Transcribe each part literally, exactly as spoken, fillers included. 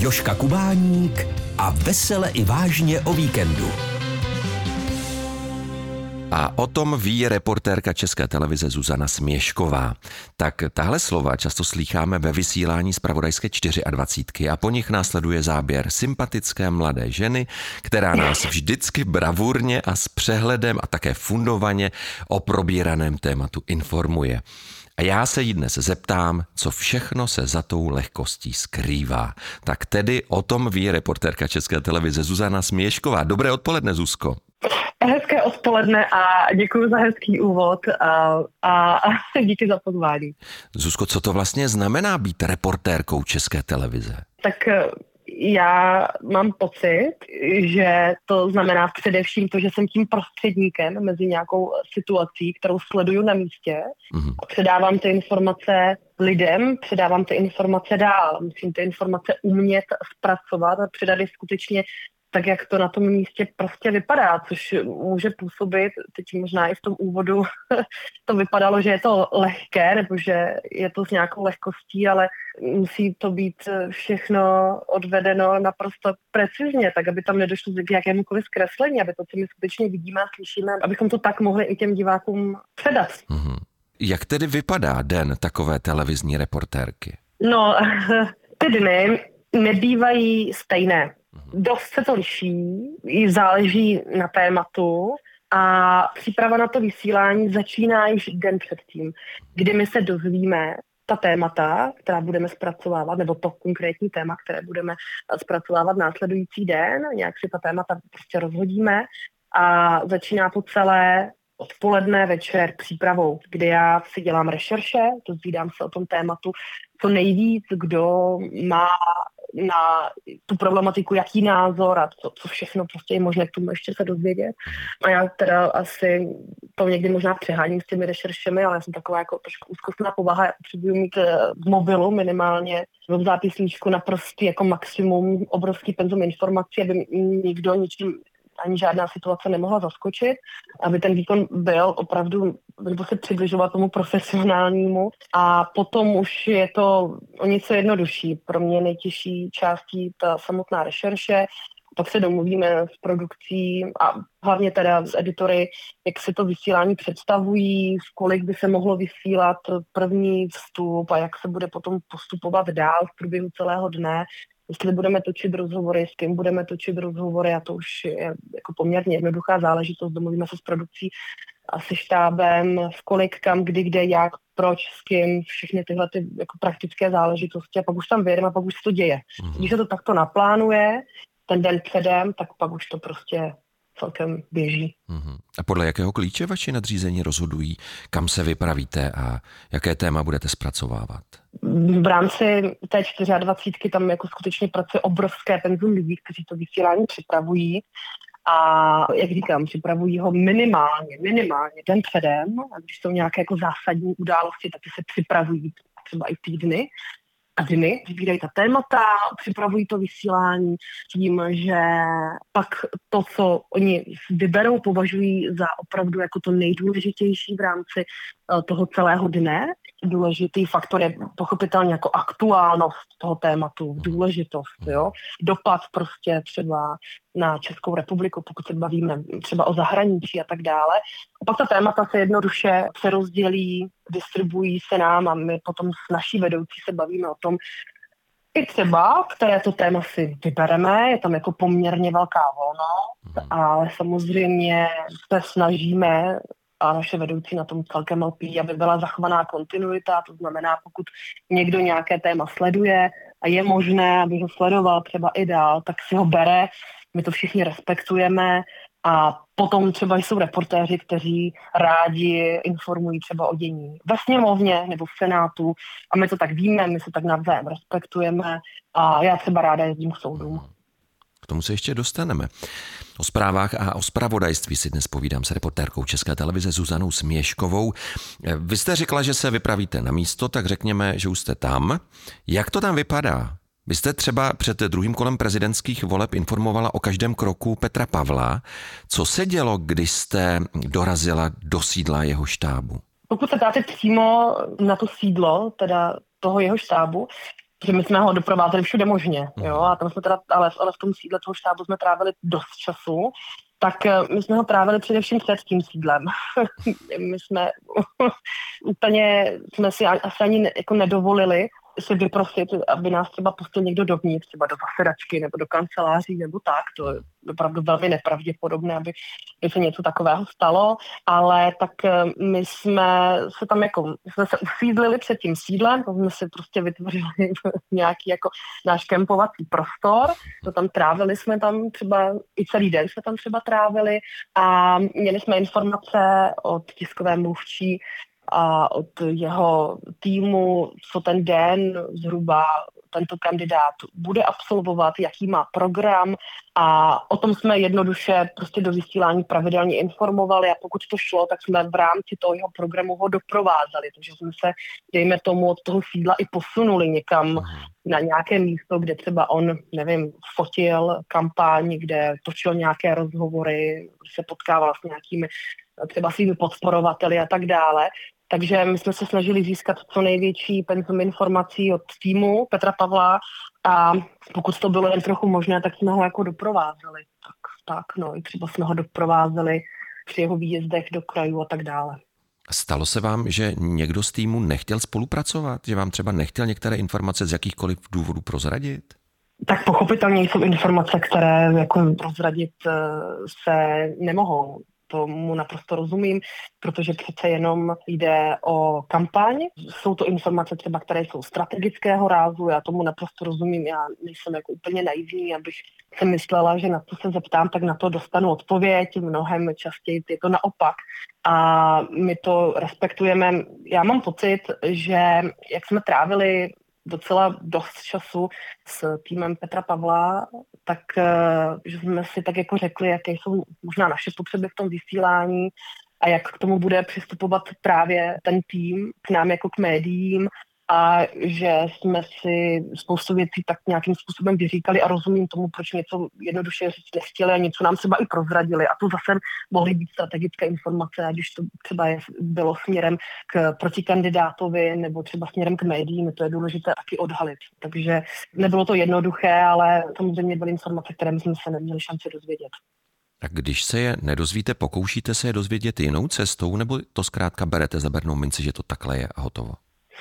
Jožka Kubáník a vesele i vážně o víkendu. A o tom ví reportérka České televize Zuzana Směšková. Tak tahle slova často slýcháme ve vysílání zpravodajské dvacet čtyři a po nich následuje záběr sympatické mladé ženy, která nás vždycky bravurně a s přehledem a také fundovaně o probíraném tématu informuje. A já se jí dnes zeptám, co všechno se za tou lehkostí skrývá. Tak tedy o tom ví reportérka České televize Zuzana Směšková. Dobré odpoledne, Zuzko. Hezké odpoledne a děkuji za hezký úvod a, a, a díky za pozvání. Zuzko, co to vlastně znamená být reportérkou České televize? Tak já mám pocit, že to znamená především to, že jsem tím prostředníkem mezi nějakou situací, kterou sleduju na místě mm-hmm. a předávám ty informace lidem, předávám ty informace dál. Musím ty informace umět zpracovat a předat je skutečně tak, jak to na tom místě prostě vypadá, což může působit, teď možná i v tom úvodu to vypadalo, že je to lehké, nebo že je to s nějakou lehkostí, ale musí to být všechno odvedeno naprosto precizně, tak aby tam nedošlo k jakémukoliv zkreslení, aby to, co my skutečně vidíme a slyšíme, abychom to tak mohli i těm divákům předat. Mm-hmm. Jak tedy vypadá den takové televizní reportérky? No, ty dny nebývají stejné. Dost se to liší, záleží na tématu a příprava na to vysílání začíná již den předtím, kdy my se dozvíme ta témata, která budeme zpracovávat, nebo to konkrétní téma, které budeme zpracovávat následující den, nějak si ta témata prostě rozhodíme a začíná to celé odpoledne, večer přípravou, kdy já si dělám rešerše, dozvídám se o tom tématu co nejvíc, kdo má na tu problematiku, jaký názor a co, co všechno prostě je možné k tomu ještě se dozvědět. A já teda asi to někdy možná přeháním s těmi rešeršemi, ale já jsem taková jako trošku úzkostná povaha, já potřebuji mít v mobilu minimálně v zápisníčku naprosto jako maximum, obrovský penzum informací, aby nikdo ničím ani žádná situace nemohla zaskočit, aby ten výkon byl opravdu, nebo se přibližovat tomu profesionálnímu. A potom už je to o něco jednodušší. Pro mě nejtěžší částí ta samotná rešerše, pak se domluvíme s produkcí a hlavně teda s editory, jak se to vysílání představují, kolik by se mohlo vysílat první vstup a jak se bude potom postupovat dál v průběhu celého dne. Jestli budeme točit rozhovory, s kým budeme točit rozhovory, a to už je jako poměrně jednoduchá záležitost, domluvíme se s produkcí a se štábem, v kolik, kam, kdy, kde, jak, proč, s kým, všechny tyhle ty jako praktické záležitosti a pak už tam vyjedeme a pak už se to děje. Mm-hmm. Když se to takto naplánuje, ten den předem, tak pak už to prostě celkem běží. Mm-hmm. A podle jakého klíče vaši nadřízení rozhodují, kam se vypravíte a jaké téma budete zpracovávat? V rámci té dvacet čtyři tam jako skutečně pracuje obrovské penzum lidí, kteří to vysílání připravují. A jak říkám, připravují ho minimálně, minimálně den předem. A když jsou nějaké jako zásadní události, tak se připravují třeba i týdny a dny, vybírají ta témata, připravují to vysílání tím, že pak to, co oni vyberou, považují za opravdu jako to nejdůležitější v rámci toho celého dne. Důležitý faktor je pochopitelně jako aktuálnost toho tématu, důležitost, jo? Dopad prostě třeba na Českou republiku, pokud se bavíme třeba o zahraničí a tak dále. A pak ta témata se jednoduše přerozdělí, distribuují se nám a my potom s naší vedoucí se bavíme o tom, i třeba, které to téma si vybereme, je tam jako poměrně velká volnost, ale samozřejmě se snažíme a naše vedoucí na tom celkem lpí, aby byla zachovaná kontinuita, to znamená, pokud někdo nějaké téma sleduje a je možné, aby ho sledoval třeba i dál, tak si ho bere, my to všichni respektujeme a potom třeba jsou reportéři, kteří rádi informují třeba o dění ve sněmovně nebo v Senátu a my to tak víme, my se tak navzájem respektujeme a já třeba ráda jezdím k soudům. K tomu se ještě dostaneme. O zprávách a o zpravodajství si dnes povídám s reportérkou České televize Zuzanou Směškovou. Vy jste řekla, že se vypravíte na místo, tak řekněme, že už jste tam. Jak to tam vypadá? Vy jste třeba před druhým kolem prezidentských voleb informovala o každém kroku Petra Pavla. Co se dělo, když jste dorazila do sídla jeho štábu? Pokud se dáte přímo na to sídlo, teda toho jeho štábu, že my jsme ho doprovázeli všude možně, jo, a tam jsme teda, ale, ale v tom sídle toho štábu jsme trávili dost času, tak my jsme ho trávili především před tím sídlem. My jsme úplně, jsme si asi ani ne, jako nedovolili si vyprosit, aby nás třeba pustil někdo dovnitř, třeba do zasedačky nebo do kanceláří nebo tak. To je opravdu velmi nepravděpodobné, aby, aby se něco takového stalo, ale tak my jsme se tam jako, jsme se usídlili před tím sídlem, to jsme si prostě vytvořili nějaký jako náš kempovací prostor, to tam trávili jsme tam třeba, i celý den jsme tam třeba trávili a měli jsme informace od tiskové mluvčí a od jeho týmu, co ten den zhruba tento kandidát bude absolvovat, jaký má program a o tom jsme jednoduše prostě do vysílání pravidelně informovali a pokud to šlo, tak jsme v rámci toho jeho programu ho doprovázeli, takže jsme se, dejme tomu, od toho sídla i posunuli někam na nějaké místo, kde třeba on, nevím, fotil kampaň, kde točil nějaké rozhovory, se potkával s nějakými třeba svými podporovateli a tak dále. Takže my jsme se snažili získat co největší penzum informací od týmu Petra Pavla a pokud to bylo jen trochu možné, tak jsme ho jako doprovázeli. Tak, tak no, i třeba jsme ho doprovázeli při jeho výjezdech do krajů a tak dále. Stalo se vám, že někdo z týmu nechtěl spolupracovat? Že vám třeba nechtěl některé informace z jakýchkoliv důvodů prozradit? Tak pochopitelně jsou informace, které jako prozradit se nemohou. Tomu naprosto rozumím, protože přece jenom jde o kampaň. Jsou to informace třeba, které jsou strategického rázu, já tomu naprosto rozumím, já nejsem jako úplně naivní, abych se myslela, že na to se zeptám, tak na to dostanu odpověď, mnohem častěji je to naopak. A my to respektujeme. Já mám pocit, že jak jsme trávili docela dost času s týmem Petra Pavla, tak že jsme si tak jako řekli, jaké jsou možná naše potřeby v tom vysílání a jak k tomu bude přistupovat právě ten tým k nám jako k médiím a že jsme si spoustu věcí tak nějakým způsobem vyříkali a rozumím tomu, proč něco jednoduše říct nechtěli a něco nám třeba i prozradili. A to zase mohly být strategické informace, ať už to třeba je, bylo směrem k protikandidátovi nebo třeba směrem k médiím, to je důležité taky odhalit. Takže nebylo to jednoduché, ale samozřejmě byly informace, které my jsme se neměli šanci dozvědět. Tak když se je nedozvíte, pokoušíte se je dozvědět jinou cestou, nebo to zkrátka berete za bernou minci, že to takhle je a hotovo?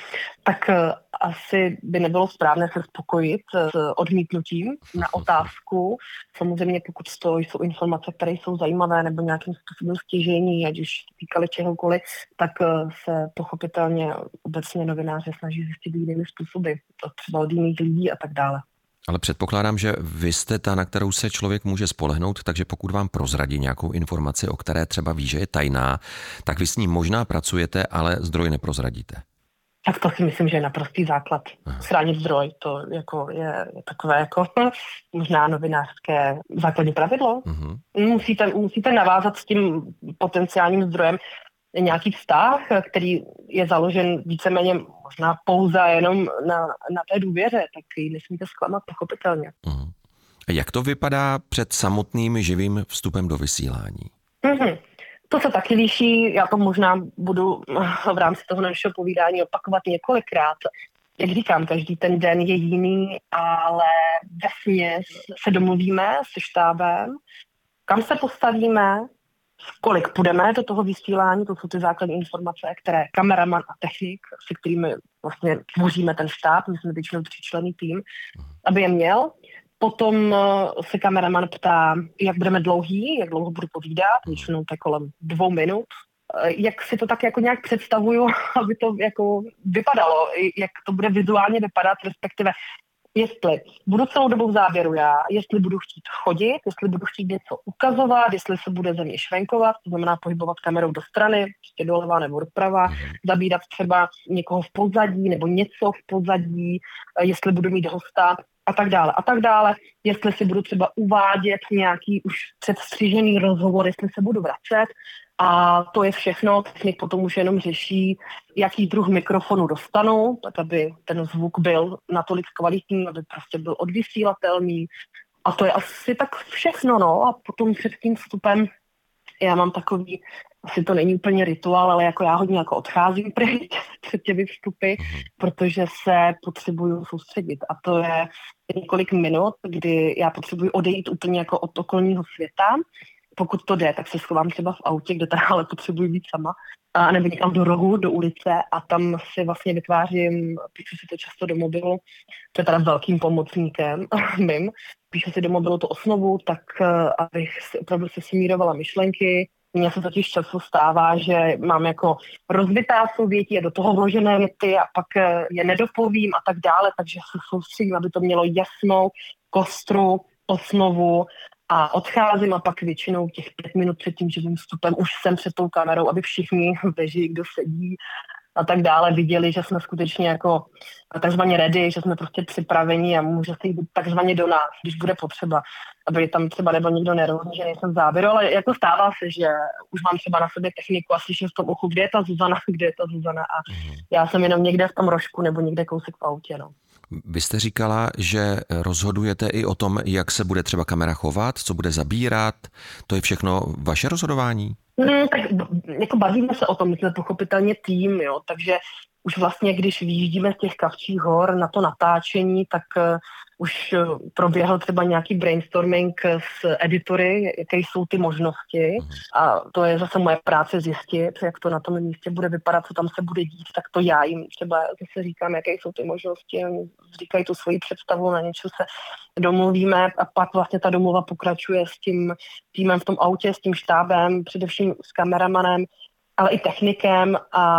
Tak uh, asi by nebylo správné se spokojit s odmítnutím na otázku. Samozřejmě pokud to jsou informace, které jsou zajímavé nebo nějakým způsobem stěžejní, ať už týkaly čehokoliv, tak uh, se pochopitelně obecně novináři snaží zjistit jinými způsoby, třeba od jiných lidí a tak dále. Ale předpokládám, že vy jste ta, na kterou se člověk může spolehnout, takže pokud vám prozradí nějakou informaci, o které třeba ví, že je tajná, tak vy s ní možná pracujete, ale zdroj neprozradíte. Tak to si myslím, že je naprostý základ. Aha. Chránit zdroj, to jako je, je takové jako možná novinářské základní pravidlo. Uh-huh. Musíte, musíte navázat s tím potenciálním zdrojem nějaký vztah, který je založen víceméně možná pouze jenom na, na té důvěře, tak ji nesmíte zklamat pochopitelně. Uh-huh. A jak to vypadá před samotným živým vstupem do vysílání? Uh-huh. To se taky liší, já to možná budu v rámci toho našeho povídání opakovat několikrát. Jak říkám, každý ten den je jiný, ale vesměs se domluvíme se štábem, kam se postavíme, kolik půjdeme do toho vysílání, to jsou ty základní informace, které kameraman a technik, se kterými vlastně tvoříme ten štáb, my jsme většinou tříčlenný tým, aby je měl. Potom se kameraman ptá, jak budeme dlouhý, jak dlouho budu povídat, většinou to kolem dvou minut. Jak si to tak jako nějak představuju, aby to jako vypadalo, jak to bude vizuálně vypadat, respektive jestli budu celou dobu v záběru já, jestli budu chtít chodit, jestli budu chtít něco ukazovat, jestli se bude ze mě švenkovat, to znamená pohybovat kamerou do strany, prostě doleva nebo doprava, zabírat třeba někoho v pozadí nebo něco v pozadí, jestli budu mít hosta a tak dále a tak dále, jestli si budu třeba uvádět nějaký už předstřižený rozhovor, jestli se budu vracet. A to je všechno, technik potom už jenom řeší, jaký druh mikrofonu dostanu, tak aby ten zvuk byl natolik kvalitní, aby prostě byl odvysílatelný. A to je asi tak všechno, no. A potom před tím vstupem já mám takový asi to není úplně rituál, ale jako já hodně jako odcházím pryč před těmi vstupy, protože se potřebuju soustředit. A to je několik minut, kdy já potřebuji odejít úplně jako od okolního světa. Pokud to jde, tak se schovám třeba v autě, kde teda ale potřebuji být sama, a nebo někam do rohu, do ulice a tam si vlastně vytvářím, píšu si to často do mobilu, to je teda velkým pomocníkem mým, píšu si do mobilu tu osnovu, tak abych si opravdu se smírovala myšlenky. Mně se totiž často stává, že mám jako rozvitá souvětí a do toho vložené věty a pak je nedopovím a tak dále, takže se soustředím, aby to mělo jasnou kostru, osnovu a odcházím a pak většinou těch pět minut před tím živým vstupem už jsem před tou kamerou, aby všichni veži, kdo sedí a tak dále, viděli, že jsme skutečně jako takzvaně ready, že jsme prostě připraveni a může se jít takzvaně do nás, když bude potřeba, aby tam třeba nebyl nikdo nervózní, že nejsem v záběru, ale jako stává se, že už mám třeba na sobě techniku a slyším v tom uchu, kde je ta Zuzana, kde je ta Zuzana a já jsem jenom někde v tom rožku nebo někde kousek v autě, no. Vy jste říkala, že rozhodujete i o tom, jak se bude třeba kamera chovat, co bude zabírat. To je všechno vaše rozhodování? Hmm, tak jako bavíme se o tom, my jsme pochopitelně tým, jo, takže už vlastně, když vyjíždíme z těch Kavčích hor na to natáčení, tak uh, už uh, proběhl třeba nějaký brainstorming s editory, jaké jsou ty možnosti a to je zase moje práce zjistit, jak to na tom místě bude vypadat, co tam se bude dít, tak to já jim třeba zase říkám, jaké jsou ty možnosti, oni říkají tu svoji představu, na něco se domluvíme a pak vlastně ta domluva pokračuje s tím týmem v tom autě, s tím štábem, především s kameramanem, ale i technikem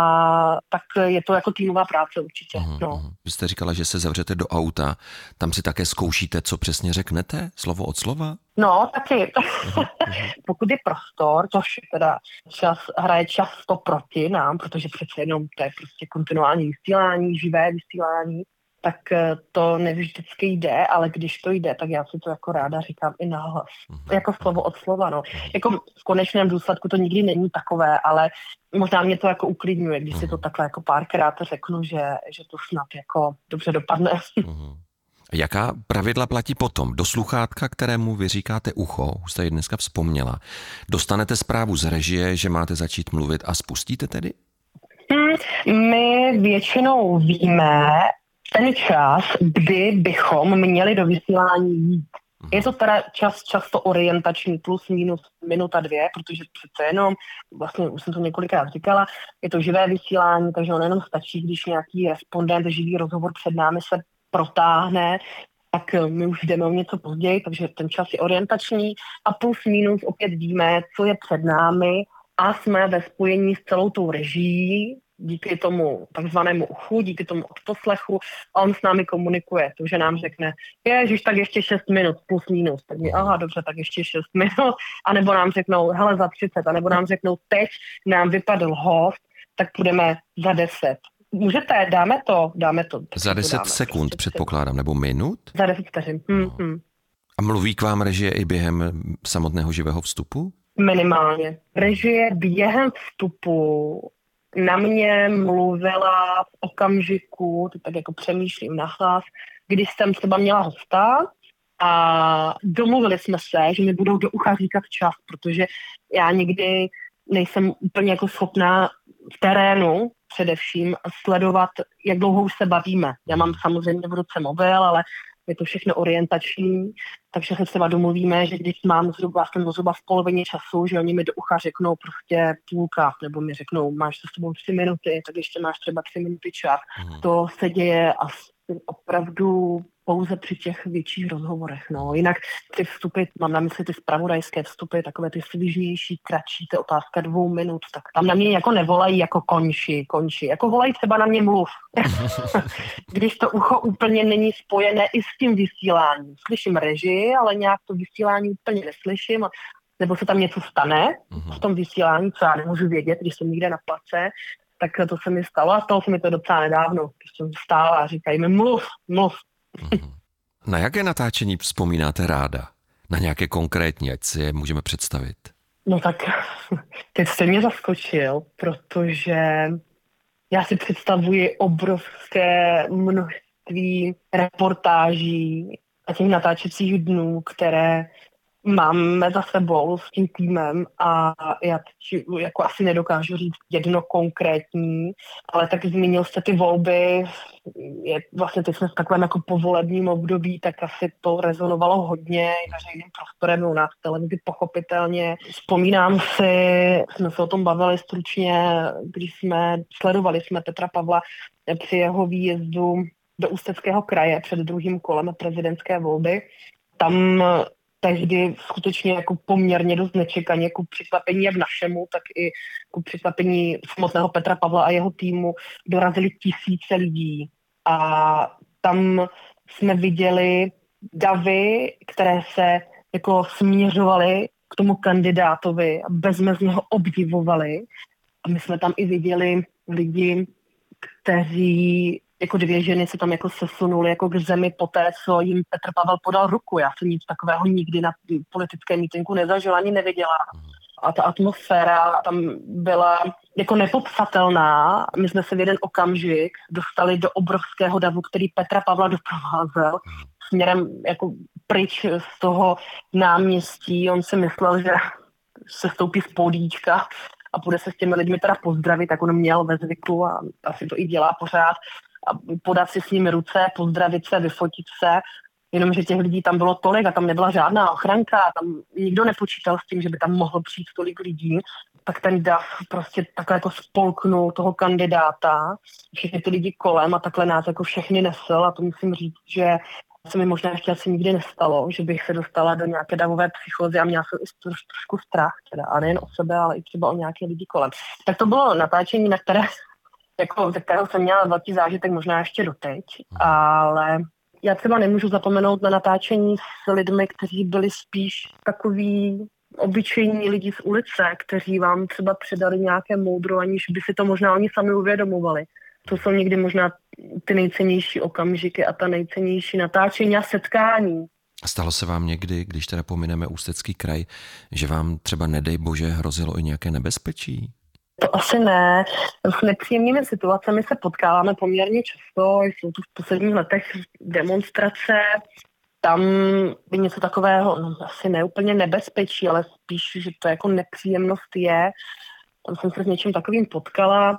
a tak je to jako týmová práce určitě. Uhum, no. uhum. Vy jste říkala, že se zavřete do auta, tam si také zkoušíte, co přesně řeknete, slovo od slova? No, taky. Uhum, uhum. Pokud je prostor, což teda čas, hraje často proti nám, protože přece jenom to je prostě kontinuální vysílání, živé vysílání, tak to nevždycky jde, ale když to jde, tak já si to jako ráda říkám i nahlas. Mm-hmm. Jako slovo od slova, no. Jako v konečném důsledku to nikdy není takové, ale možná mě to jako uklidňuje, když mm-hmm. si to takhle jako párkrát řeknu, že, že to snad jako dobře dopadne. Mm-hmm. Jaká pravidla platí potom? Do sluchátka, kterému vy říkáte ucho, už jste ji dneska vzpomněla, dostanete zprávu z režie, že máte začít mluvit a spustíte tedy? Hmm, my většinou víme ten čas, kdy bychom měli do vysílání jít. Je to teda čas často orientační, plus minus minuta dvě, protože přece jenom, vlastně už jsem to několikrát říkala, je to živé vysílání, takže ono jenom stačí, když nějaký respondent, živý rozhovor před námi se protáhne, tak my už jdeme o něco později, takže ten čas je orientační a plus minus opět víme, co je před námi a jsme ve spojení s celou tou režií, díky tomu takzvanému uchu, díky tomu odposlechu a on s námi komunikuje. To, že nám řekne, ježiš, tak ještě šest minut, plus minus. Tak mi, aha, dobře, tak ještě šest minut. A nebo nám řeknou, hele, za třicet. A nebo nám řeknou, teď nám vypadl host, tak půjdeme za deset. Můžete, dáme to, dáme to. Za deset dáme, sekund prostě předpokládám, nebo minut? Za deset vteřin. Hmm, no. hmm. A mluví k vám režie i během samotného živého vstupu? Minimálně. Režie během vstupu na mě mluvila v okamžiku, teď tak jako přemýšlím nahlas, když jsem třeba měla hosta a domluvili jsme se, že mi budou do ucha říkat čas, protože já nikdy nejsem úplně jako schopná v terénu především sledovat, jak dlouho už se bavíme. Já mám samozřejmě v ruce mobil, ale je to všechno orientační, takže se třeba domluvíme, že když mám zhruba, jsem zhruba v polovině času, že oni mi do ucha řeknou prostě půlka, nebo mi řeknou, máš se s sebou tři minuty, tak ještě máš třeba tři minuty čas. Mm. To se děje asi opravdu pouze při těch větších rozhovorech. No. Jinak ty vstupy, mám na mysli ty zpravodajské vstupy, takové ty svižnější, kratší, to je otázka dvou minut, tak tam na mě jako nevolají jako konči, konči. Jako volají třeba na mě mluv. Když to ucho úplně není spojené i s tím vysíláním. Slyším režii, ale nějak to vysílání úplně neslyším, nebo se tam něco stane v tom vysílání, co já nemůžu vědět, když jsem někde na place, tak to se mi stalo a stalo se mi to docela nedávno. Když jsem stála a říkají mi mluv, mluv. Na jaké natáčení vzpomínáte ráda? Na nějaké konkrétní, ať si je můžeme představit? No tak teď jste mě zaskočil, protože já si představuji obrovské množství reportáží a těch natáčecích dnů, které máme za sebou s tím týmem a já teď jako asi nedokážu říct jedno konkrétní, ale tak zmínil jste ty volby, je, vlastně teď jsme v takovém jako povolebním období, tak asi to rezonovalo hodně veřejným prostorem u nás v televizi pochopitelně. Vzpomínám si, jsme se o tom bavili stručně, když jsme sledovali jsme Petra Pavla při jeho výjezdu do Ústeckého kraje před druhým kolem prezidentské volby. Tam tehdy skutečně jako poměrně dost nečekaně, jako překvapení jak našemu, tak i jako překvapení samotného Petra Pavla a jeho týmu dorazili tisíce lidí. A tam jsme viděli davy, které se jako směřovaly k tomu kandidátovi a bezmezně ho obdivovali. A my jsme tam i viděli lidi, kteří jako dvě ženy se tam jako sesunuly jako k zemi poté, co jim Petr Pavel podal ruku. Já jsem nic takového nikdy na politickém mítinku nezažila ani neviděla. A ta atmosféra tam byla jako nepopsatelná. My jsme se v jeden okamžik dostali do obrovského davu, který Petra Pavla doprovázel směrem jako pryč z toho náměstí. On si myslel, že se stoupí z pódíčka a bude se s těmi lidmi teda pozdravit, tak on měl ve zvyku a asi to i dělá pořád. A podat si s nimi ruce, pozdravit se, vyfotit se, jenomže těch lidí tam bylo tolik a tam nebyla žádná ochranka, tam nikdo nepočítal s tím, že by tam mohlo přijít tolik lidí, tak ten dav prostě takhle jako spolknul toho kandidáta, všechny ty lidi kolem a takhle nás jako všechny nesl a to musím říct, že se mi možná ještě asi nikdy nestalo, že bych se dostala do nějaké davové psychózy a měla jsem i troš, trošku strach, teda, a nejen o sebe, ale i třeba o nějaké lidi kolem. Tak to bylo natáčení, na které jako, ze kterého jsem měla velký zážitek možná ještě doteď, ale já třeba nemůžu zapomenout na natáčení s lidmi, kteří byli spíš takový obyčejní lidi z ulice, kteří vám třeba předali nějaké moudro, aniž by si to možná oni sami uvědomovali. To jsou někdy možná ty nejcennější okamžiky a ta nejcennější natáčení a setkání. Stalo se vám někdy, když teda pomineme Ústecký kraj, že vám třeba nedej bože hrozilo i nějaké nebezpečí? To asi ne. S nepříjemnými situacemi se potkáváme poměrně často. Jsou tu v posledních letech demonstrace. Tam by něco takového, no, asi ne úplně nebezpečí, ale spíš, že to jako nepříjemnost je. Tam jsem se s něčím takovým potkala,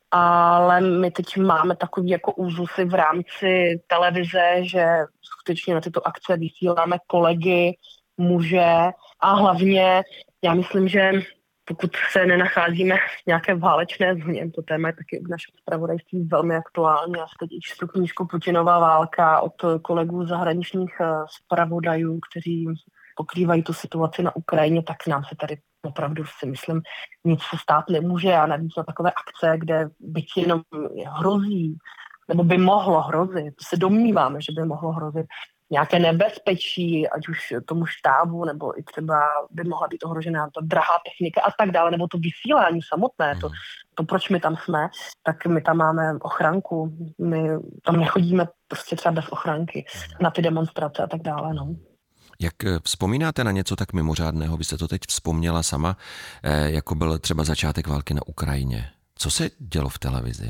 ale my teď máme takový jako úzusy v rámci televize, že skutečně na tyto akce vysíláme kolegy, muže a hlavně já myslím, že pokud se nenacházíme v nějaké válečné zóně, to téma je taky v našem zpravodajství velmi aktuální. Já teď i čtu knížku Putinová válka od kolegů zahraničních zpravodajů, kteří pokrývají tu situaci na Ukrajině, tak nám se tady opravdu si myslím nic se stát nemůže a navíc na takové akce, kde byť jenom hrozí, nebo by mohlo hrozit, se domníváme, že by mohlo hrozit nějaké nebezpečí, ať už tomu štábu, nebo i třeba by mohla být ohrožená ta drahá technika a tak dále, nebo to vysílání samotné, to, to proč my tam jsme, tak my tam máme ochranku, my tam nechodíme prostě třeba bez ochranky na ty demonstrace a tak dále, no. Jak vzpomínáte na něco tak mimořádného? Vy jste to teď vzpomněla sama, jako byl třeba začátek války na Ukrajině. Co se dělo v televizi?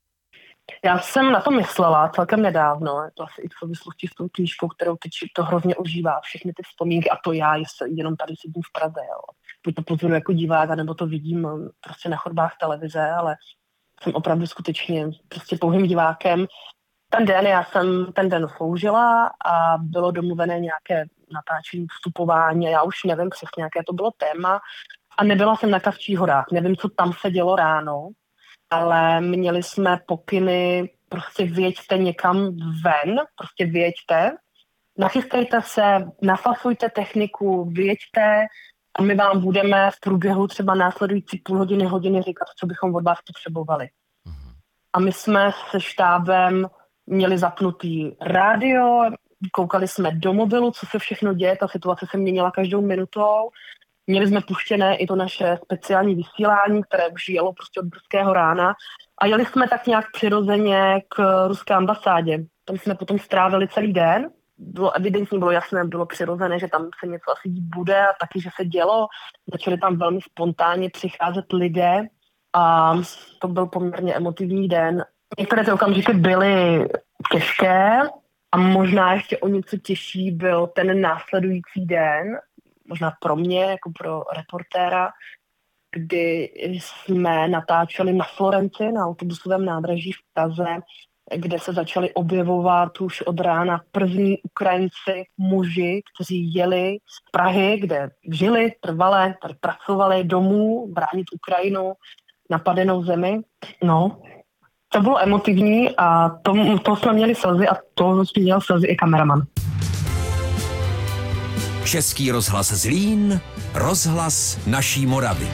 Já jsem na to myslela celkem nedávno, je to asi i v souvislosti s tou knížkou, kterou teď to hrozně užívá, všechny ty vzpomínky a to já jenom tady sedím v Praze. Jo. Buď to pozoruji jako divák, nebo to vidím prostě na chodbách televize, ale jsem opravdu skutečně prostě pouhým divákem. Ten den já jsem ten den sloužila a bylo domluvené nějaké natáčení, vstupování, já už nevím přesně, jaké to bylo téma a nebyla jsem na Kavčích horách, nevím, co tam se dělo ráno, ale měli jsme pokyny, prostě vyjeďte někam ven, prostě vyjeďte, nachystejte se, nafasujte techniku, vyjeďte a my vám budeme v průběhu třeba následující půl hodiny, hodiny říkat, co bychom od vás potřebovali. A my jsme se štábem měli zapnutý rádio, koukali jsme do mobilu, co se všechno děje, ta situace se měnila každou minutou. Měli jsme puštěné i to naše speciální vysílání, které už jelo prostě od brzkého rána a jeli jsme tak nějak přirozeně k ruské ambasádě. Tam jsme potom strávili celý den. Bylo evidentně, bylo jasné, bylo přirozené, že tam se něco asi dít bude a taky, že se dělo. Začali tam velmi spontánně přicházet lidé a to byl poměrně emotivní den. Některé ty okamžiky byly těžké a možná ještě o něco těžší byl ten následující den, možná pro mě, jako pro reportéra, kdy jsme natáčeli na Florenci, na autobusovém nádraží v Praze, kde se začali objevovat už od rána první Ukrajinci, muži, kteří jeli z Prahy, kde žili trvale, tady pracovali domů, bránit Ukrajinu, napadenou zemi. No, to bylo emotivní a to, to jsme měli slzy a to jsme měl slzy i kameraman. Český rozhlas Zlín, rozhlas naší Moravy.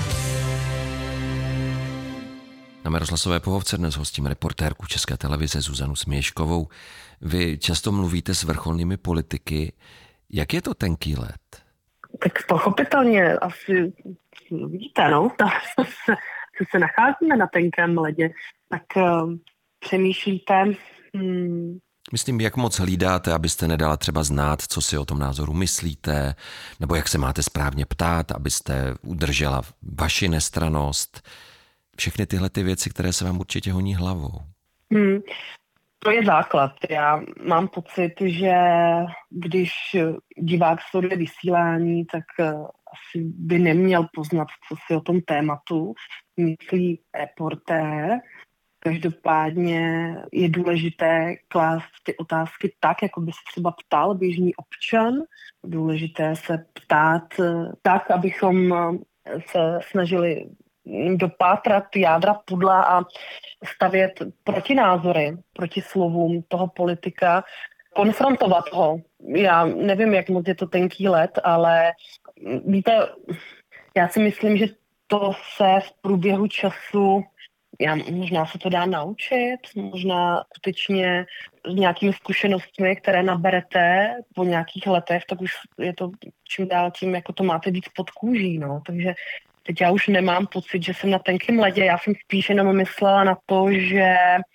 Na rozhlasové pohovce dnes hostím reportérku České televize Zuzanu Směškovou. Vy často mluvíte s vrcholnými politiky. Jak je to tenký led? Tak pochopitelně asi víte, no, co se nacházíme na tenkém ledě, tak uh, přemýšlíte... Hmm, Myslím, jak moc hlídáte, abyste nedala třeba znát, co si o tom názoru myslíte, nebo jak se máte správně ptát, abyste udržela vaši nestrannost. Všechny tyhle ty věci, které se vám určitě honí hlavou. Hmm, to je základ. Já mám pocit, že když divák sleduje vysílání, tak asi by neměl poznat, co si o tom tématu myslí reportér. Každopádně je důležité klást ty otázky tak, jako by se třeba ptal běžný občan. Důležité se ptát tak, abychom se snažili dopátrat jádra pudla a stavět protinázory proti slovům toho politika, konfrontovat ho. Já nevím, jak moc je to tenký led, ale víte, já si myslím, že to se v průběhu času, já, možná se to dá naučit, možná skutečně s nějakými zkušenostmi, které naberete po nějakých letech, tak už je to čím dál tím, jako to máte víc pod kůží, no, takže teď já už nemám pocit, že jsem na tenkém ledě, já jsem spíš jenom myslela na to, že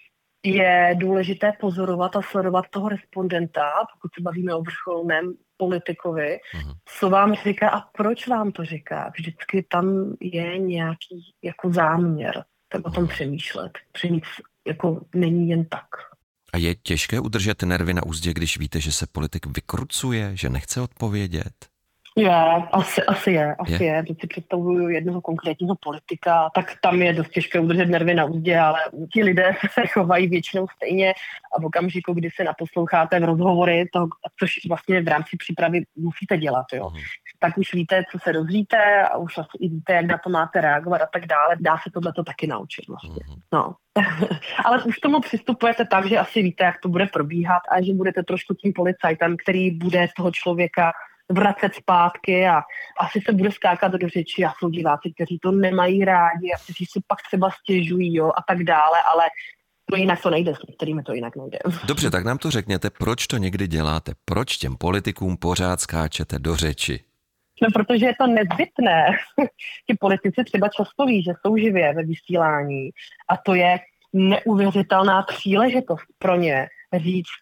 je důležité pozorovat a sledovat toho respondenta, pokud se bavíme o vrcholném politikovi, uh-huh. co vám říká a proč vám to říká. Vždycky tam je nějaký jako záměr, tak o tom přemýšlet. Přemýšlet jako není jen tak. A je těžké udržet nervy na úzdě, když víte, že se politik vykrucuje, že nechce odpovědět? Je, asi, asi je, asi je. je. Když si představuju jednoho konkrétního politika, tak tam je dost těžké udržet nervy na úzdě, ale ti lidé se chovají většinou stejně a v okamžiku, kdy se naposloucháte v rozhovory, toho, což vlastně v rámci přípravy musíte dělat, jo. Uh-huh. tak už víte, co se dozvíte a už asi i víte, jak na to máte reagovat a tak dále. Dá se tohleto taky naučit vlastně. Uh-huh. No. Ale už tomu přistupujete tak, že asi víte, jak to bude probíhat a že budete trošku tím policajtem, který bude toho člověka vracet zpátky a asi se bude skákat do řeči a jsou diváci, kteří to nemají rádi a kteří si pak třeba stěžují, jo, a tak dále, ale to jinak to nejde, s kterými to jinak nejde. Dobře, tak nám to řekněte, proč to někdy děláte? Proč těm politikům pořád skáčete do řeči? No, protože je to nezbytné. Ti politici třeba často ví, že jsou živě ve vysílání a to je neuvěřitelná příležitost pro ně říct,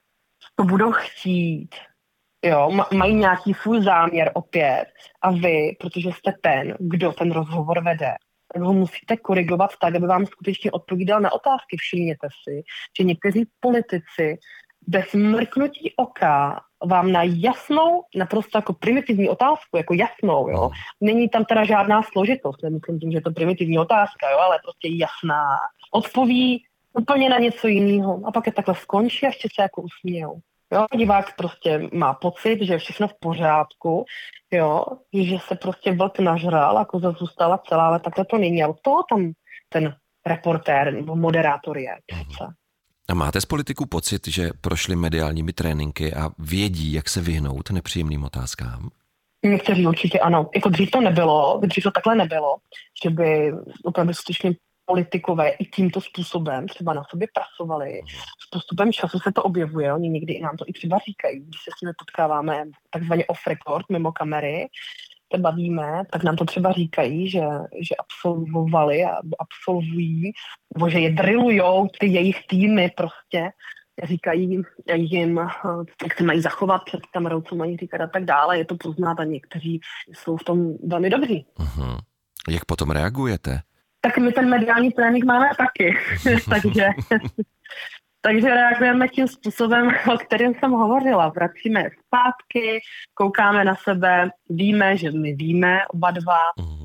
co budou chtít. Jo, mají nějaký svůj záměr opět a vy, protože jste ten, kdo ten rozhovor vede, tak ho musíte korigovat tak, aby vám skutečně odpovídal na otázky. Všimněte si, že někteří politici bez mrknutí oka vám na jasnou, naprosto jako primitivní otázku, jako jasnou, jo. Není tam teda žádná složitost, nemyslím tím, že je to primitivní otázka, jo, ale prostě jasná. Odpoví úplně na něco jiného a pak je takhle skončí a ještě se jako usmějou. Jo, divák prostě má pocit, že je všechno v pořádku, jo, že se prostě vlk nažral a koza zůstala celá, ale takhle to není. Ale to tam ten reportér nebo moderátor je přece. A máte z politiků pocit, že prošli mediálními tréninky a vědí, jak se vyhnout nepříjemným otázkám? Někteří určitě ano. Jako dřív to nebylo, dřív to takhle nebylo, že by opravdu skutečně politikové i tímto způsobem třeba na sobě pracovali. S postupem času se to objevuje, oni někdy i nám to i třeba říkají, když se s nimi potkáváme takzvaně off record, mimo kamery, se bavíme, tak nám to třeba říkají, že, že absolvovali a absolvují, nebo že je drillujou ty jejich týmy prostě, říkají jim, jak se mají zachovat před kamerou, co mají říkat a tak dále, je to poznat a někteří jsou v tom velmi dobří. Uh-huh. Jak potom reagujete? Tak my ten mediální trénink máme taky, takže Takže reagujeme tím způsobem, o kterém jsem hovořila. Vracíme zpátky, koukáme na sebe, víme, že my víme oba dva.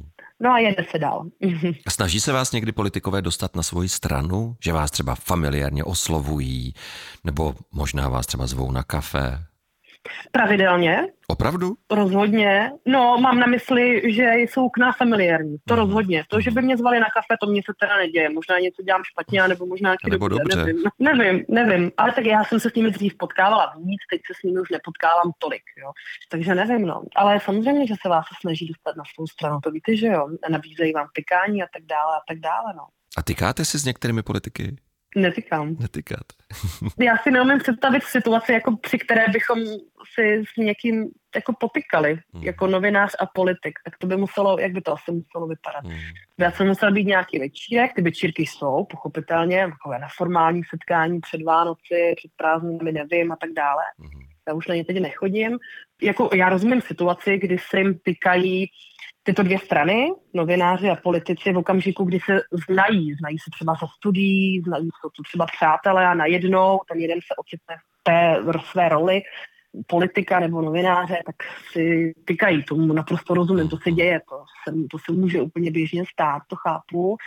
No a jede se dál. Snaží se vás někdy politikové dostat na svoji stranu? Že vás třeba familiárně oslovují? Nebo možná vás třeba zvou na kafe? Pravidelně. Opravdu? Rozhodně. No, mám na mysli, že jsou k nás familiární. To rozhodně. To, že by mě zvali na kafe, to mně se teda neděje. Možná něco dělám špatně, nebo možná nějaký nebo dobře. Nevím. nevím, nevím. Ale tak já jsem se s nimi dřív potkávala víc, teď se s nimi už nepotkávám tolik. Jo. Takže nevím, no. Ale samozřejmě, že se vás snaží dostat na svou stranu. To víte, že jo. Nabízejí vám tykání a tak dále a tak dále, no. A tykáte si s některými politiky? Netykám. Netykáte. Já si neumím představit situaci, jako při které bychom si s někým jako potykali, hmm. jako novinář a politik. Tak to by muselo, jak by to asi muselo vypadat. Hmm. Já jsem musel být nějaký večírek, ty večírky jsou, pochopitelně, takové neformální setkání před Vánoci, před prázdninami, nevím a tak dále. Hmm. Já už na ně teď nechodím. Jako já rozumím situaci, kdy se jim tykají tyto dvě strany, novináři a politici, v okamžiku, kdy se znají, znají se třeba ze studií, znají se to třeba přátelé a najednou ten jeden se ocitne v té v své roli politika nebo novináře, tak si tykají, tomu naprosto rozumím, to se děje, to se, to se může úplně běžně stát, to chápu.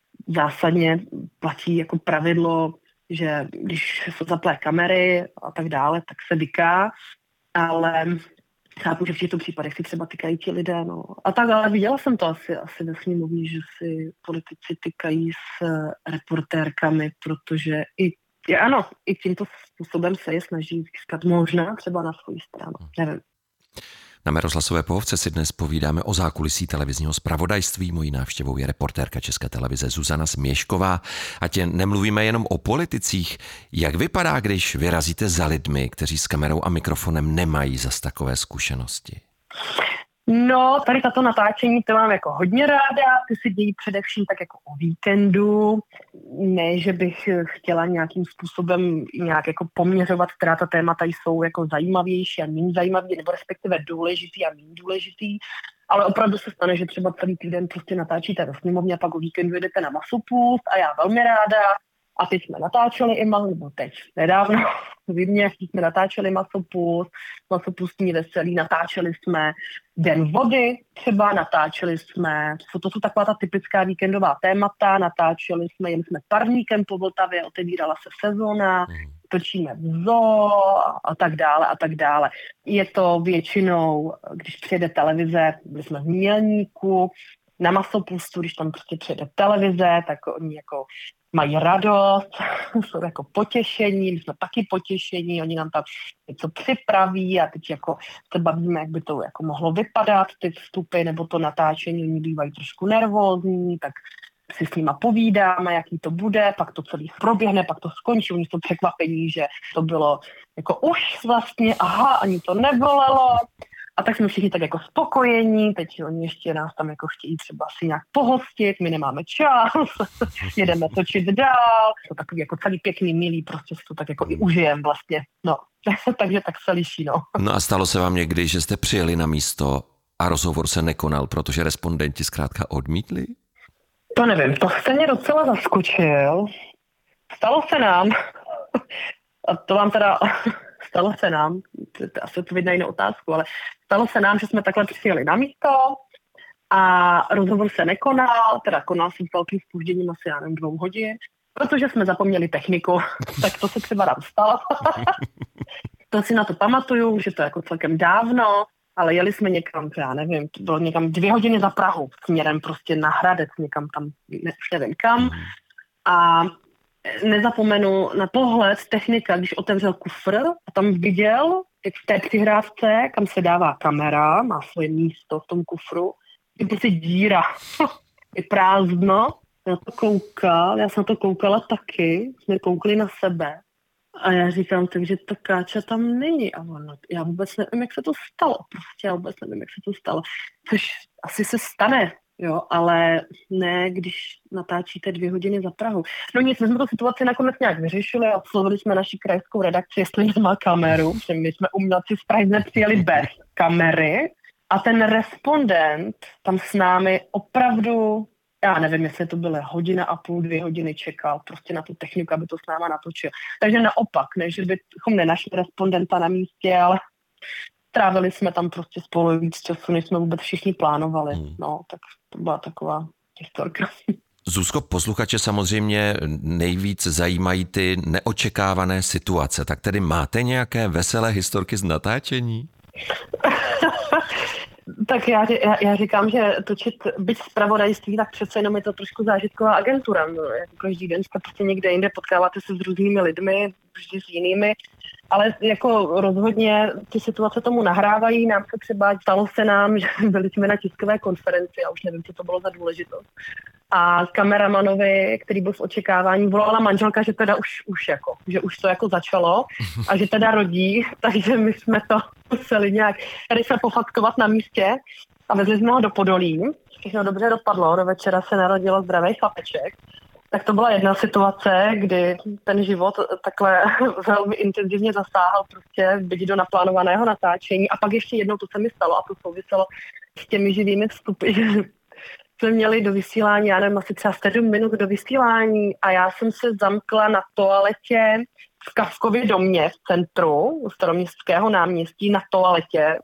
Zásadně platí jako pravidlo, že když se zaplé kamery a tak dále, tak se vyká, ale chápu, že v těchto případech si třeba tykají ti lidé, no. A tak, ale viděla jsem to asi, asi ve sněmovně, že si politici tykají s reportérkami, protože i, je, ano, i tímto způsobem se je snaží získat možná třeba na svou stranu, nevím. Na mé rozhlasové pohovce si dnes povídáme o zákulisí televizního zpravodajství. Mojí návštěvou je reportérka České televize Zuzana Směšková. A tě nemluvíme jenom o politicích. Jak vypadá, když vyrazíte za lidmi, kteří s kamerou a mikrofonem nemají zas takové zkušenosti? No, tady tato natáčení to mám jako hodně ráda, ty se dějí především tak jako o víkendu, ne, že bych chtěla nějakým způsobem nějak jako poměřovat, která ta témata jsou jako zajímavější a méně zajímavý, nebo respektive důležitý a méně důležitý, ale opravdu se stane, že třeba celý týden prostě natáčíte ve sněmovně a pak o víkendu jedete na Masopust a já velmi ráda. A teď jsme natáčeli i mal, nebo teď, nedávno, vidně, jsme natáčeli Masopust, Masopustní veselí, natáčeli jsme Den vody, třeba natáčeli jsme, to, to jsou taková ta typická víkendová témata, natáčeli jsme, jeli jsme parníkem po Vltavě, otevírala se sezóna, točíme v zoo a tak dále a tak dále. Je to většinou, když přijede televize, byli jsme v Mělníku, na Masopustu, když tam prostě přijede televize, tak oni jako mají radost, jsou jako potěšení, my jsme taky potěšení, oni nám tam něco připraví a teď jako se bavíme, jak by to jako mohlo vypadat, ty vstupy nebo to natáčení, oni bývají trošku nervózní, tak si s nima povídáme, jaký to bude, pak to celý proběhne, pak to skončí, oni jsou překvapení, že to bylo jako už vlastně, aha, ani to nebolelo. A tak jsme všichni tak jako spokojení, teď oni ještě nás tam jako chtějí třeba si nějak pohostit, my nemáme čas, jedeme točit dál, to takový jako celý pěkný, milý, prostě to tak jako i užijem vlastně, no, takže tak se liší, no. No a stalo se vám někdy, že jste přijeli na místo a rozhovor se nekonal, protože respondenti zkrátka odmítli? To nevím, to se mě docela zaskočil, stalo se nám, a to vám teda... Stalo se nám, to asi odpověď na jinou otázku, ale stalo se nám, že jsme takhle přijeli na místo a rozhovor se nekonal, teda konal jsem s velkým zpožděním asi já nevím dvou hodin, protože jsme zapomněli techniku, tak to se třeba nám stalo. To si na to pamatuju, že to je jako celkem dávno, ale jeli jsme někam, já nevím, to bylo někam dvě hodiny za Prahu, směrem prostě na Hradec, někam tam, ne, nevím kam. A nezapomenu na pohled technika, když otevřel kufr a tam viděl, jak v té přihrávce, kam se dává kamera, má svoje místo v tom kufru, je prostě díra, je prázdno, já na to koukal, já jsem na to koukala taky, jsme koukali na sebe a já říkám, takže ta káča tam není a ono, já vůbec nevím, jak se to stalo, prostě já vůbec nevím, jak se to stalo, což asi se stane. Jo, ale ne, když natáčíte dvě hodiny za Prahu. No nic, my jsme tu situaci nakonec nějak vyřešili a oslovili jsme naši krajskou redakci, jestli nemá kameru, že my jsme umělci z Prahy přijeli bez kamery a ten respondent tam s námi opravdu Já nevím, jestli to byla hodina a půl, dvě hodiny čekal prostě na tu techniku, aby to s náma natočil. Takže naopak, ne, že bychom nenašli respondenta na místě, ale trávili jsme tam prostě spolu víc času, než jsme vůbec všichni plánovali. Hmm. No, tak to byla taková historka. Zuzko, posluchače samozřejmě nejvíc zajímají ty neočekávané situace. Tak tedy máte nějaké veselé historky z natáčení? Tak já, já, já říkám, že točit byť zpravodajství, tak přece jenom je to trošku zážitková agentura. No, jako každý den jste prostě někde jinde, potkáváte se s různými lidmi, vždy s jinými, ale jako rozhodně ty situace tomu nahrávají. Nám se třeba stalo se nám, že byli jsme na tiskové konferenci, a už nevím, co to bylo za důležitost. A kameramanovi, který byl v očekávání, volala manželka, že teda už, už jako, že už to jako začalo a že teda rodí, takže my jsme to museli nějak rychle pofaktovat na místě a vezli jsme ho do Podolí. Všechno dobře dopadlo, do večera se narodilo zdravý chlapeček. Tak to byla jedna situace, kdy ten život takhle velmi intenzivně zasáhl prostě byť do naplánovaného natáčení. A pak ještě jednou to se mi stalo a to souviselo s těmi živými vstupy, že jsme měli do vysílání, já nevím, asi třeba sedm minut do vysílání a já jsem se zamkla na toaletě v Kavkově domě v centru Staroměstského náměstí na toaletě.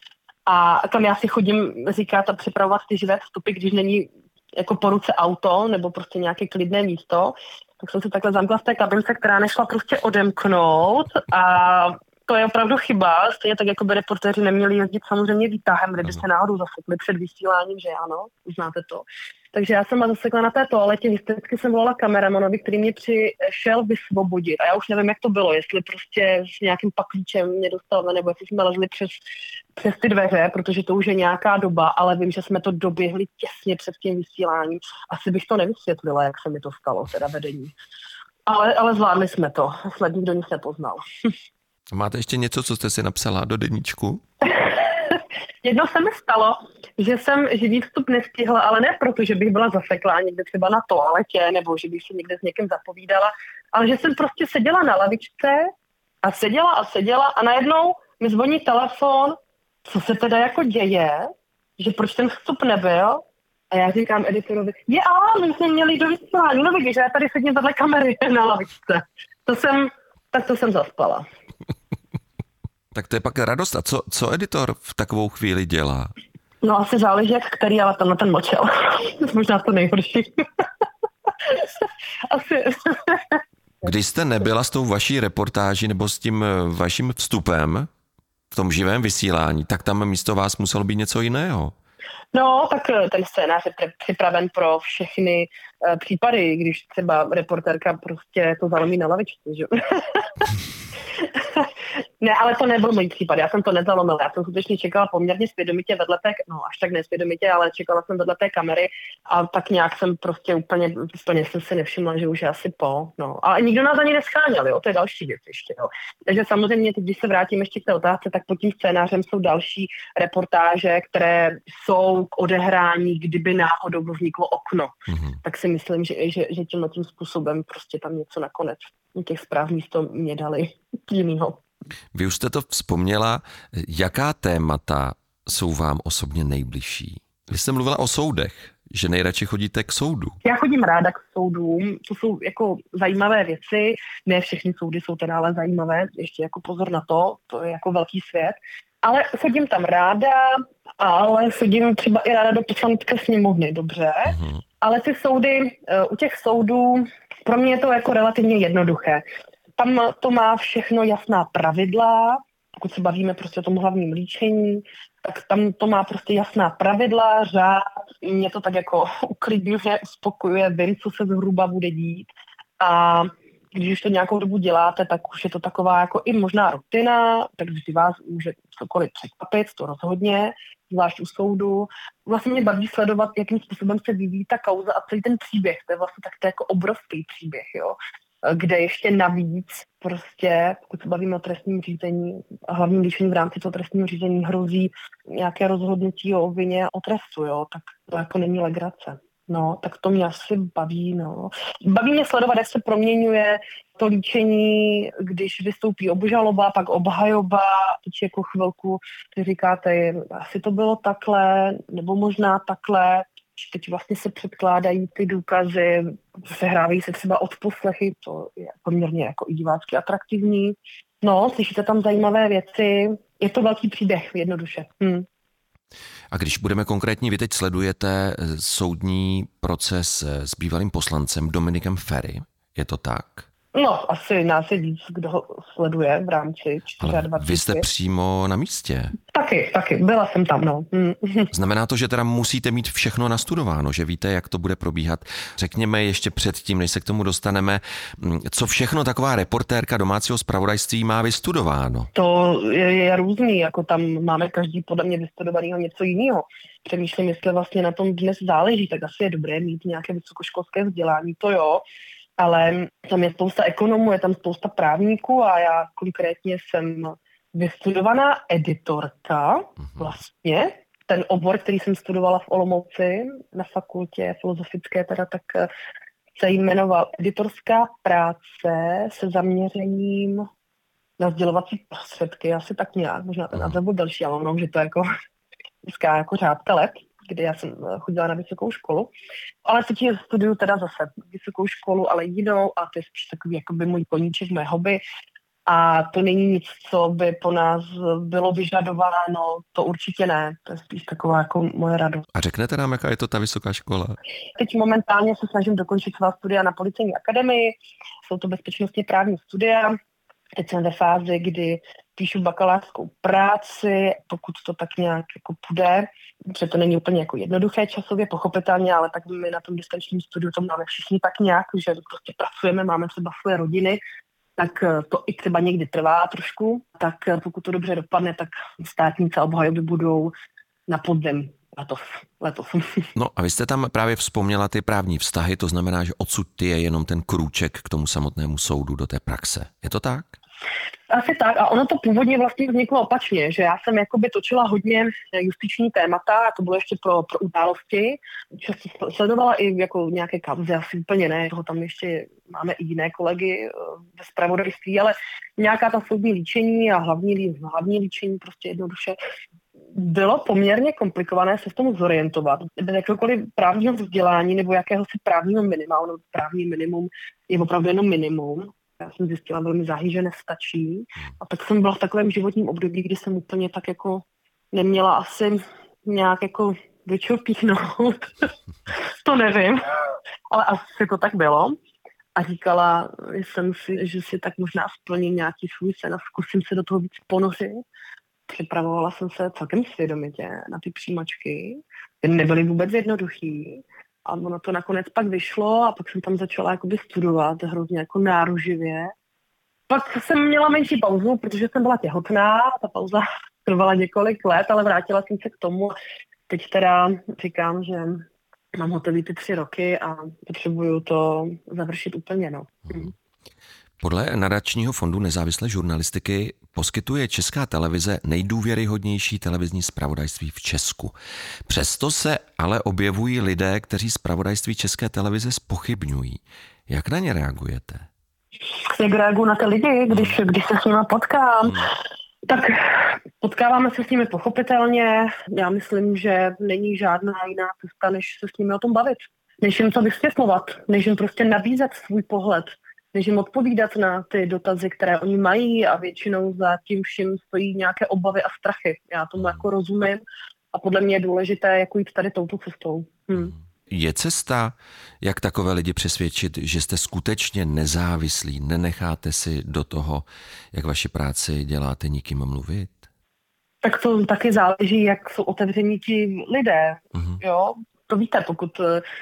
A tam já si chodím říkat a připravovat ty živé vstupy, když není jako po ruce auto nebo prostě nějaké klidné místo, tak jsem se takhle zamkla v té kabince, která nešla prostě odemknout a to je opravdu chyba, stejně tak jako by reportéři neměli jezdit samozřejmě výtahem, kdyby se náhodou zasekli před vysíláním, že ano, uznáte to. Takže já jsem zasekla na té toaletě, vždycky jsem volala kameramanovi, který mě přišel vysvobodit. A já už nevím, jak to bylo, jestli prostě s nějakým paklíčem mě dostal, nebo jestli jsme lezli přes, přes ty dveře, protože to už je nějaká doba, ale vím, že jsme to doběhli těsně před tím vysíláním. Asi bych to nevysvětlila, jak se mi to stalo, teda vedení. Ale, ale zvládli jsme to, snad nikdo nic nepoznal. Máte ještě něco, co jste si napsala do deníčku? Jednou se mi stalo, že jsem živý vstup nestihla, ale ne proto, že bych byla zaseklá někde třeba na toaletě, nebo že bych si někde s někým zapovídala, ale že jsem prostě seděla na lavičce a seděla a seděla a najednou mi zvoní telefon, co se teda jako děje, že proč ten vstup nebyl. A já říkám editorovi, je a my jsme měli do vysílání, no vidíš, že já tady sedím vedle kamery na lavičce. To jsem, tak to jsem zaspala. Tak to je pak radost. A co, co editor v takovou chvíli dělá? No asi záleží, jak který, ale tenhle ten mlčel. Možná to nejhorší. Asi. Když jste nebyla s tou vaší reportáží nebo s tím vaším vstupem v tom živém vysílání, tak tam místo vás muselo být něco jiného. No, tak ten scénář je připraven pro všechny uh, případy, když třeba reportérka prostě to zalomí na lavičku, že? Ne, ale to nebyl můj případ, já jsem to nezalomila, já jsem skutečně čekala poměrně svědomitě vedle té, no až tak nesvědomitě, ale čekala jsem vedle té kamery a tak nějak jsem prostě úplně, úplně jsem si nevšimla, že už je asi po, no. Ale nikdo nás ani nescháněl, jo, to je další věc ještě, jo. Takže samozřejmě, teď, když se vrátím ještě k té otázce, tak pod tím scénářem jsou další reportáže, které jsou k odehrání, kdyby náhodou vzniklo okno. Mm-hmm. Tak si myslím, že, že, že tímhle tím způsobem prostě tam něco nakonec těch zpráv místo mě dali jinýho. Vy už jste to vzpomněla, jaká témata jsou vám osobně nejbližší? Vy jste mluvila o soudech, že nejradši chodíte k soudu. Já chodím ráda k soudům, to jsou jako zajímavé věci, ne všechny soudy jsou teda ale zajímavé, ještě jako pozor na to, to je jako velký svět, ale chodím tam ráda, ale chodím třeba i ráda do poslanecké sněmovny, dobře, mm-hmm. Ale ty soudy, u těch soudů, pro mě je to jako relativně jednoduché. Tam to má všechno jasná pravidla, pokud se bavíme prostě o tom hlavním líčení, tak tam to má prostě jasná pravidla, řád, mě to tak jako uklidňuje, uspokojuje, vím, co se zhruba bude dít a když už to nějakou dobu děláte, tak už je to taková jako i možná rutina, tak vždy vás může cokoliv překvapit, to rozhodně, zvlášť u soudu. Vlastně mě baví sledovat, jakým způsobem se vyvíjí ta kauza a celý ten příběh, to je vlastně tak to jako obrovský příběh, jo. Kde ještě navíc prostě, pokud se bavíme o trestním řízení a hlavním líčení v rámci toho trestního řízení hrozí nějaké rozhodnutí o vině o trestu, jo, tak to jako není legrace. No, tak to mě asi baví, no. Baví mě sledovat, jak se proměňuje to líčení, když vystoupí obžaloba, pak obhajoba, teď jako chvilku, ty říkáte, asi to bylo takhle, nebo možná takhle, teď vlastně se předkládají ty důkazy, sehrávají se třeba odposlechy, to je poměrně jako i divácky atraktivní. No, slyšíte tam zajímavé věci, je to velký příběh, jednoduše. Hm. A když budeme konkrétní, vy teď sledujete soudní proces s bývalým poslancem Dominikem Feri, je to tak? No, asi nás je víc, kdo ho sleduje v rámci dvacet čtyři. Vy jste přímo na místě. Taky, taky, byla jsem tam, no. Hmm. Znamená to, že teda musíte mít všechno nastudováno, že víte, jak to bude probíhat. Řekněme ještě předtím, než se k tomu dostaneme, co všechno taková reportérka domácího zpravodajství má vystudováno. To je, je různý, jako tam máme každý podle mě vystudovaného něco jiného. Přemýšlím, jestli vlastně na tom dnes záleží, tak asi je dobré mít nějaké vysokoškolské vzdělání, to jo. Ale tam je spousta ekonomů, je tam spousta právníků a já konkrétně jsem vystudovaná editorka vlastně. Ten obor, který jsem studovala v Olomouci na fakultě filozofické, teda tak se jmenoval editorská práce se zaměřením na sdělovací prostředky, asi tak nějak, možná ten název byl delší, ale ono, že to je jako dneska jako řádka let, kdy já jsem chodila na vysokou školu, ale teď studuju teda zase vysokou školu, ale jinou a to je spíš takový jakoby můj koníček, moje hobby a to není nic, co by po nás bylo vyžadováno, to určitě ne, to je spíš taková jako moje radost. A řeknete nám, jaká je to ta vysoká škola? Teď momentálně se snažím dokončit svá studia na Policejní akademii, jsou to bezpečnostně právní studia. Teď jsem ve fázi, kdy píšu bakalářskou práci, pokud to tak nějak jako půjde, protože to není úplně jako jednoduché časově, pochopitelně, ale tak my na tom distančním studiu to máme všichni tak nějak, že prostě pracujeme, máme třeba svoje rodiny, tak to i třeba někdy trvá trošku, tak pokud to dobře dopadne, tak státnice obhajoby budou na podzim letos. letos. No a vy jste tam právě vzpomněla ty právní vztahy, to znamená, že odsud je jenom ten krůček k tomu samotnému soudu do té praxe. Je to tak? Asi tak a ono to původně vlastně vzniklo opačně, že já jsem jakoby točila hodně justiční témata, a to bylo ještě pro, pro události, často sledovala i jako nějaké kauzy, asi úplně ne, toho tam ještě máme i jiné kolegy ve zpravodajství, ale nějaká ta soudní líčení a hlavní, hlavní líčení prostě jednoduše bylo poměrně komplikované se v tom zorientovat. Bez jakéhokoliv právního vzdělání nebo jakéhosi právního minima, ono právní minimum je opravdu jenom minimum. Já jsem zjistila velmi záhy, že nestačí. A tak jsem byla v takovém životním období, kdy jsem úplně tak jako neměla asi nějak jako do čeho píchnout. To nevím, ale asi to tak bylo. A říkala jsem si, že si tak možná splním nějaký svůj sen a zkusím se do toho víc ponořit. Připravovala jsem se celkem svědomitě na ty přijímačky, které nebyly vůbec jednoduchý. A ono to nakonec pak vyšlo a pak jsem tam začala jakoby studovat hrozně jako náruživě. Pak jsem měla menší pauzu, protože jsem byla těhotná, ta pauza trvala několik let, ale vrátila jsem se k tomu. Teď teda říkám, že mám hotový ty tři roky a potřebuju to završit úplně, no. Hmm. Podle nadačního fondu nezávislé žurnalistiky poskytuje Česká televize nejdůvěryhodnější televizní zpravodajství v Česku. Přesto se ale objevují lidé, kteří zpravodajství České televize zpochybňují. Jak na ně reagujete? Jak reaguju na ty lidi, když, když se s nimi potkám? Hmm. Tak potkáváme se s nimi pochopitelně. Já myslím, že není žádná jiná cesta, než se s nimi o tom bavit. Než jim to vysvětlovat, než jim prostě nabízet svůj pohled, než jim odpovídat na ty dotazy, které oni mají a většinou za tím vším stojí nějaké obavy a strachy. Já tomu jako rozumím a podle mě je důležité jako jít tady touto cestou. Hmm. Je cesta, jak takové lidi přesvědčit, že jste skutečně nezávislí, nenecháte si do toho, jak vaši práci děláte, nikým mluvit? Tak to taky záleží, jak jsou otevření ti lidé. Uh-huh. Jo? To víte, pokud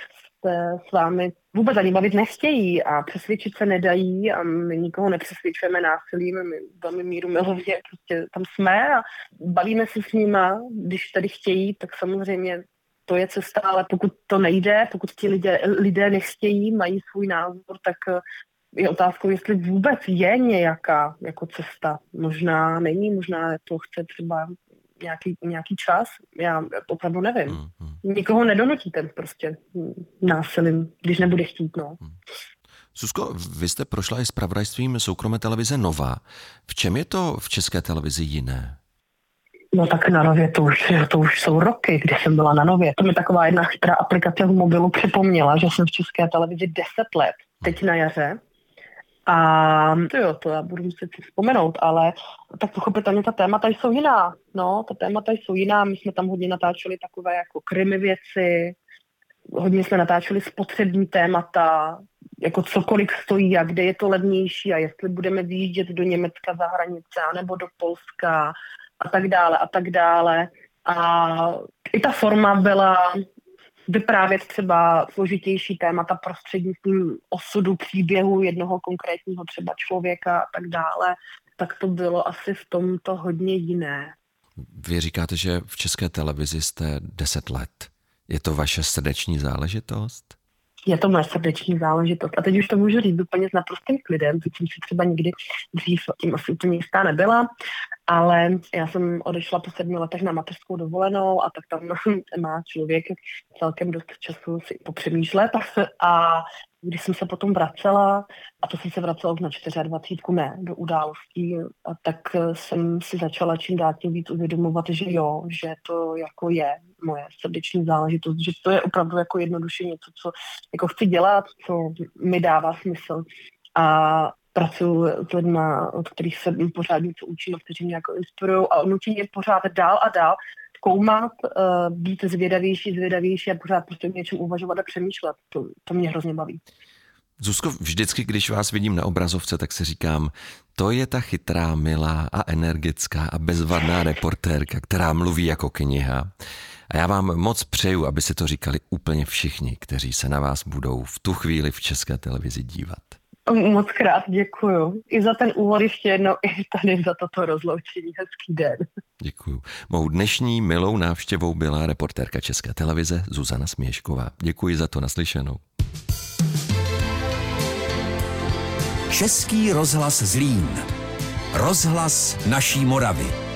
se s vámi vůbec ani bavit nechtějí a přesvědčit se nedají a my nikoho nepřesvědčujeme násilím, my velmi míru milovně prostě tam jsme a bavíme se s nima, když tady chtějí, tak samozřejmě to je cesta, ale pokud to nejde, pokud ti lidé, lidé nechtějí, mají svůj názor, tak je otázkou, jestli vůbec je nějaká jako cesta. Možná není, možná to chce třeba nějaký, nějaký čas, já opravdu nevím. Hmm, hmm. Nikoho nedonutíte prostě násilím, když nebude chtít, no. Hmm. Zuzko, vy jste prošla i zpravodajstvím soukromé televize Nova. V čem je to v České televizi jiné? No tak na Nově to už, to už jsou roky, kdy jsem byla na Nově. To mi taková jedna chytrá aplikace v mobilu připomněla, že jsem v České televizi deset let, teď na jaře. A to jo, to já budu muset si vzpomenout, ale tak pochopitelně ta témata jsou jiná. No, ta témata jsou jiná, my jsme tam hodně natáčeli takové jako krimi věci, hodně jsme natáčeli spotřební témata, jako co kolik stojí a kde je to levnější a jestli budeme vyjíždět do Německa za hranice nebo do Polska a tak dále a tak dále. A i ta forma byla vyprávět třeba složitější témata prostřednictvím osudu příběhu jednoho konkrétního třeba člověka a tak dále, tak to bylo asi v tomto hodně jiné. Vy říkáte, že v České televizi jste deset let. Je to vaše srdeční záležitost? Je to moje srdeční záležitost. A teď už to můžu říct úplně s naprostým klidem, byť jsem si třeba nikdy dřív tím asi úplně jistá nebyla, ale já jsem odešla po sedmi letech na mateřskou dovolenou a tak tam má člověk celkem dost času si popřemýšlet. A když jsem se potom vracela, a to jsem se vracela už na dvacet čtyři, ne, do událostí, a tak jsem si začala čím dál tím víc uvědomovat, že jo, že to jako je moje srdeční záležitost, že to je opravdu jako jednoduše něco, co jako chci dělat, co mi dává smysl. A pracuji s lidma, od kterých se pořád něco učím a kteří mě jako inspirují a nutí mě pořád dál a dál zkoumat, uh, být zvědavější, zvědavější a pořád prostě něčem uvažovat a přemýšlet. To, to mě hrozně baví. Zuzko, vždycky, když vás vidím na obrazovce, tak si říkám, to je ta chytrá, milá a energická a bezvadná reportérka, která mluví jako kniha. A já vám moc přeju, aby si to říkali úplně všichni, kteří se na vás budou v tu chvíli v České televizi dívat. Moc krát děkuju. I za ten úvod ještě jednou, i tady za toto rozloučení. Hezký den. Děkuju. Mou dnešní milou návštěvou byla reportérka České televize Zuzana Směšková. Děkuji za to, naslyšenou. Český rozhlas Zlín. Rozhlas naší Moravy.